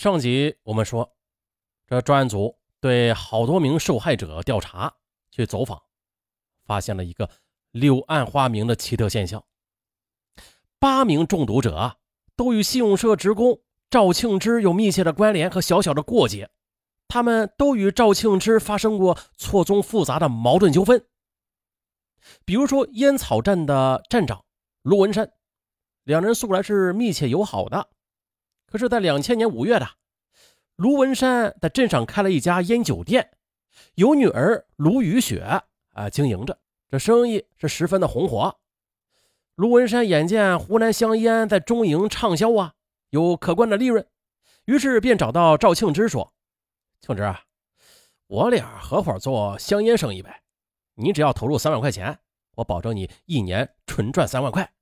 上集我们说，这专案组对好多名受害者调查，去走访，发现了一个柳暗花明的奇特现象。8名中毒者都与信用社职工赵庆之有密切的关联和小小的过节，他们都与赵庆之发生过错综复杂的矛盾纠纷。比如说烟草站的站长卢文山，两人素来是密切友好的。可是在2000年5月的，卢文山在镇上开了一家烟酒店，由女儿卢雨雪经营着，这生意是十分的红火。卢文山眼见湖南香烟在中营畅销有可观的利润，于是便找到赵庆之说：庆之，我俩合伙做香烟生意呗，你只要投入3万块钱，我保证你1年纯赚3万块。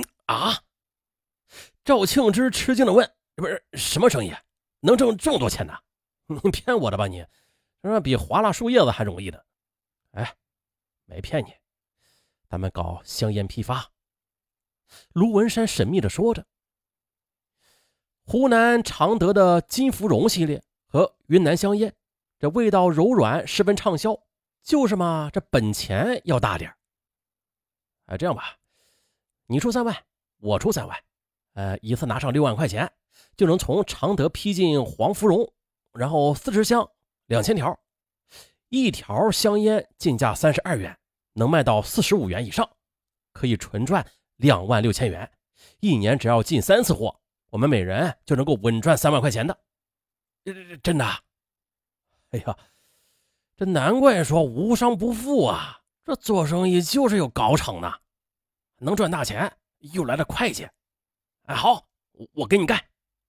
赵庆之吃惊地问：不是什么生意能挣这么多钱呢？你骗我的吧你？这比划拉树叶子还容易呢。没骗你，咱们搞香烟批发。卢文山神秘地说着。湖南常德的金芙蓉系列和云南香烟，这味道柔软，十分畅销，就是嘛，这本钱要大点。这样吧，你出3万，我出3万，一次拿上6万块钱，就能从常德批进黄芙蓉，然后40箱2000条，一条香烟进价32元，能卖到45元以上，可以纯赚2万6千元，一年只要进3次货，我们每人就能够稳赚3万块钱的。真的？哎呀，这难怪说无商不富啊，这做生意就是有搞场呢，能赚大钱又来得快捷。好，我给你干。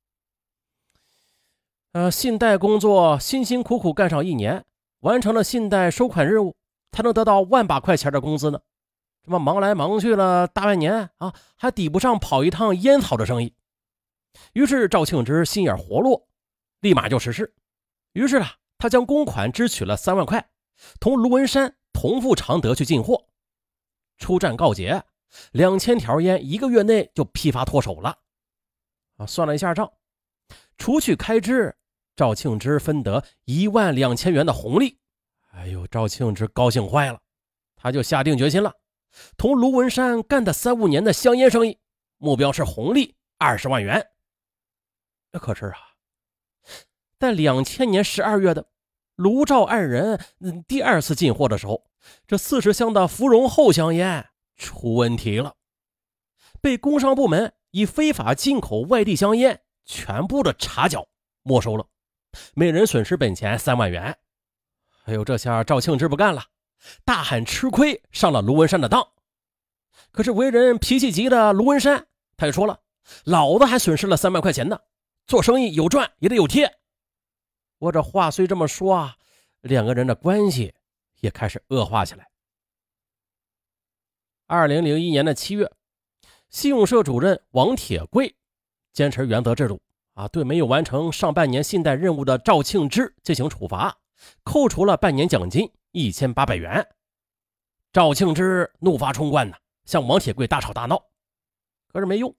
信贷工作辛辛苦苦干上1年，完成了信贷收款任务，才能得到1万把块钱的工资呢。这么忙来忙去了大半年还抵不上跑一趟烟草的生意。于是赵庆之心眼活络，立马就实施。于是他将公款支取了3万块，同卢文山同赴常德去进货。出战告捷，2000条烟1个月内就批发脱手了。算了一下账，除去开支，赵庆之分得1万2千元的红利。赵庆之高兴坏了，他就下定决心了，同卢文山干的3-5年的香烟生意，目标是红利20万元。可是在2000年12月的卢赵二人第2次进货的时候，这40箱的芙蓉厚香烟出问题了，被工商部门以非法进口外地香烟全部的查缴没收了，每人损失本钱3万元。这下赵庆之不干了，大喊吃亏，上了卢文山的当。可是为人脾气急的卢文山，他也说了，老子还损失了3万块钱呢，做生意有赚也得有贴。我这话虽这么说两个人的关系也开始恶化起来。2001年的7月，信用社主任王铁贵坚持原则制度对没有完成上半年信贷任务的赵庆之进行处罚，扣除了半年奖金1800元。赵庆之怒发冲冠向王铁贵大吵大闹，可是没用。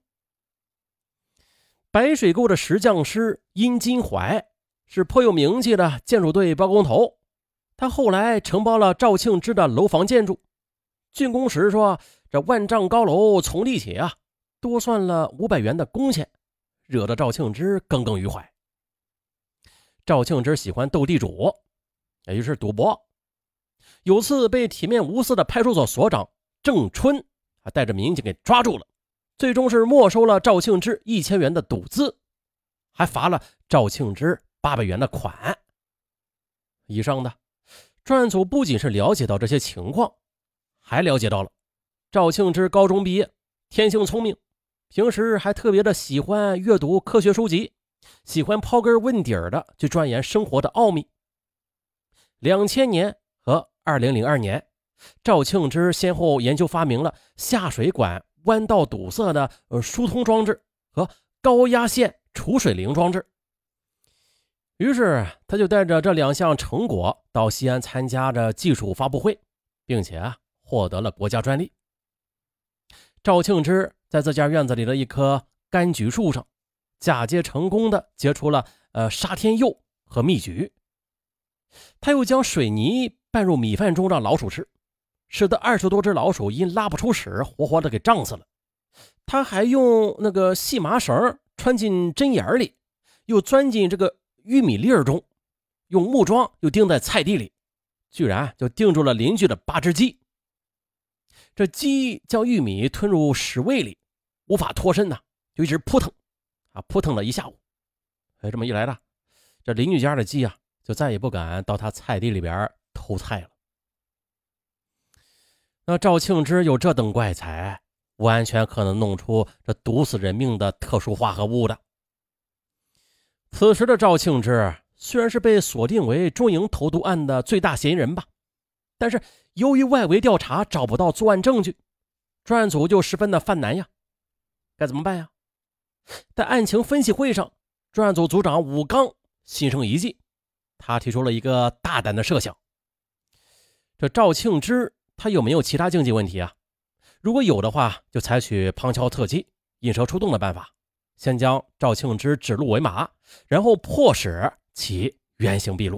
白水沟的石匠师殷金怀是颇有名气的建筑队包工头，他后来承包了赵庆之的楼房建筑。竣工时说，这万丈高楼从立起多算了500元的工钱，惹得赵庆之耿耿于怀。赵庆之喜欢斗地主，也就是赌博，有次被体面无私的派出所所长郑春带着民警给抓住了，最终是没收了赵庆之1000元的赌资，还罚了赵庆之800元的款。以上的专案组不仅是了解到这些情况，还了解到了赵庆之高中毕业，天性聪明，平时还特别的喜欢阅读科学书籍，喜欢刨根问底的去钻研生活的奥秘。2000年和2002年，赵庆之先后研究发明了下水管弯道堵塞的疏通装置和高压线储水灵装置。于是他就带着这2项成果到西安参加着技术发布会，并且获得了国家专利。赵庆之在自家院子里的一棵柑橘树上假借成功的结出了沙天柚和蜜橘。他又将水泥拌入米饭中让老鼠吃，使得20多只老鼠因拉不出屎活活的给胀死了。他还用那个细麻绳穿进针眼里，又钻进这个玉米粒中，用木桩又钉在菜地里，居然就钉住了邻居的8只鸡。这鸡将玉米吞入屎胃里，无法脱身就一直扑腾扑腾了一下午。这么一来这邻居家的鸡就再也不敢到他菜地里边偷菜了。那赵庆之有这等怪才，完全可能弄出这毒死人命的特殊化合物的。此时的赵庆之虽然是被锁定为中营投毒案的最大嫌疑人吧，但是由于外围调查找不到作案证据，专案组就十分的犯难呀。该怎么办呀？在案情分析会上，专案组组长武刚心生一计，他提出了一个大胆的设想。这赵庆之他有没有其他经济问题如果有的话，就采取旁敲侧击、引蛇出洞的办法，先将赵庆之指鹿为马，然后迫使其原形毕露。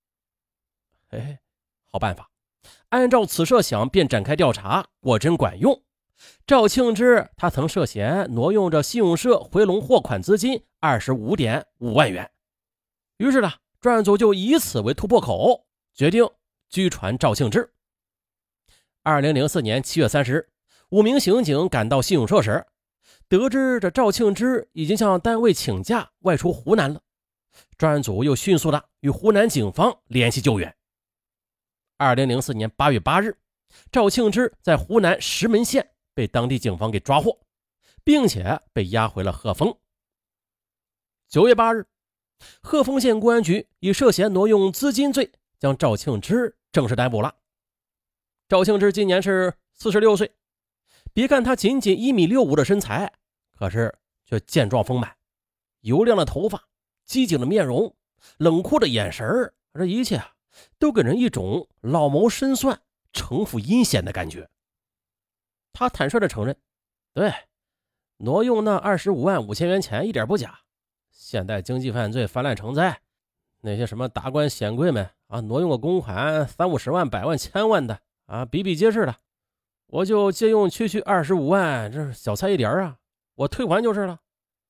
好办法，按照此设想便展开调查，果真管用。赵庆之他曾涉嫌挪用着信用社回笼货款资金25.5万元，于是专案组就以此为突破口，决定拘传赵庆之。2004年7月30日，5名刑警赶到信用社时，得知这赵庆之已经向单位请假外出湖南了。专案组又迅速的与湖南警方联系救援。2004年8月8日，赵庆之在湖南石门县被当地警方给抓获，并且被押回了鹤峰。9月8日，鹤峰县公安局以涉嫌挪用资金罪将赵庆之正式逮捕了。赵庆之今年是46岁，别看他仅仅1.65米的身材，可是却健壮丰满，油亮的头发，机警的面容，冷酷的眼神，这一切都给人一种老谋深算、城府阴险的感觉。他坦率地承认，对，挪用那25万5千元钱一点不假。现代经济犯罪泛滥成灾，那些什么达官显贵们挪用个公款30-50万、100万、1000万的比比皆是的。我就借用区25万，这小菜一碟我退还就是了。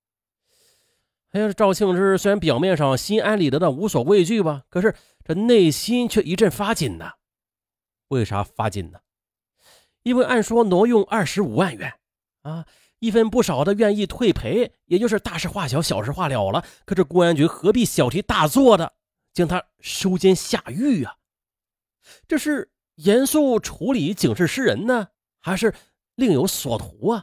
赵庆之虽然表面上心安理得的无所畏惧吧，可是这内心却一阵发紧呢。为啥发紧呢？因为按说挪用25万元一分不少的愿意退赔，也就是大事化小，小事化了了。可这公安局何必小题大做的将他收监下狱这是严肃处理警示示人呢，还是另有所图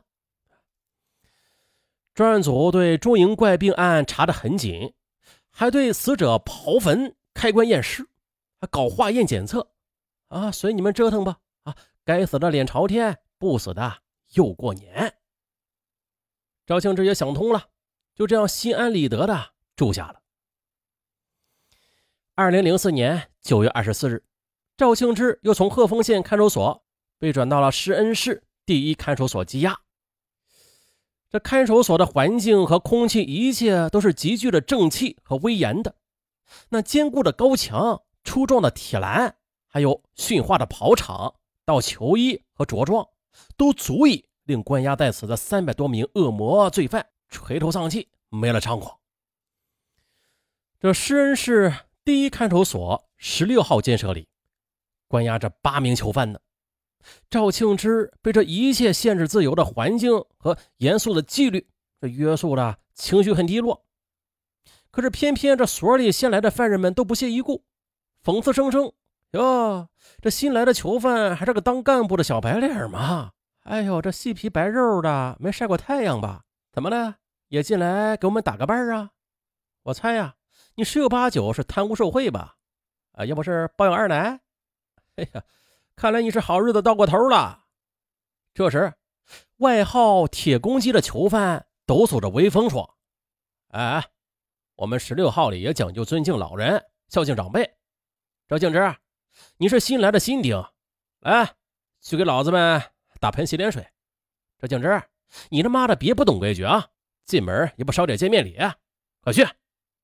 专案组对中营怪病案查得很紧，还对死者刨坟、开棺验尸，还搞化验检测随你们折腾吧该死的脸朝天，不死的又过年。赵庆之也想通了，就这样心安理得的住下了。2004年9月24日，赵庆之又从鹤峰县看守所被转到了施恩市第1看守所羁押。这看守所的环境和空气一切都是极具的正气和威严的，那坚固的高墙、粗壮的铁栏，还有驯化的跑场、到球衣和着装，都足以令关押在此的300多名恶魔罪犯垂头丧气，没了猖狂。这施恩市第1看守所16号监舍里关押着8名囚犯呢。赵庆之被这一切限制自由的环境和严肃的纪律这约束的情绪很低落。可是偏偏这所里新来的犯人们都不屑一顾，讽刺声称哟，这新来的囚犯还是个当干部的小白脸嘛，哎呦，这细皮白肉的，没晒过太阳吧？怎么了？也进来给我们打个伴我猜你十有八九是贪污受贿吧？要不是包养二奶？哎呀，看来你是好日子到过头了。这时，外号铁公鸡的囚犯抖擞着威风说：“我们16号里也讲究尊敬老人，孝敬长辈。赵庆之，你是新来的新丁，来，去给老子们打盆洗脸水。赵庆之，你他妈的别不懂规矩进门也不捎点见面礼，快去，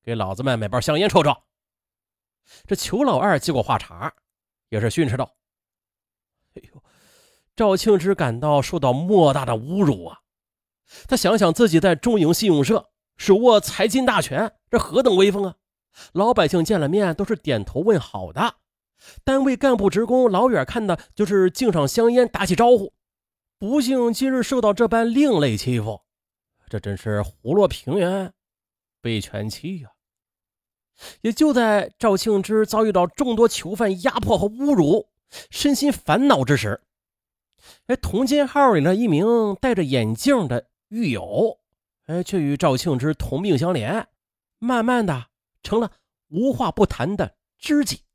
给老子们买包香烟抽抽。这裘老二接过话茬，也是训斥道：哎呦，赵庆之感到受到莫大的侮辱啊！他想想自己在中营信用社手握财经大权，这何等威风啊！老百姓见了面都是点头问好的，单位干部职工老远看的就是敬上香烟打起招呼，不幸今日受到这般另类欺负，这真是虎落平原被犬欺呀！也就在赵庆之遭遇到众多囚犯压迫和侮辱，身心烦恼之时，同监号里的一名戴着眼镜的狱友，却与赵庆之同病相怜，慢慢的成了无话不谈的知己。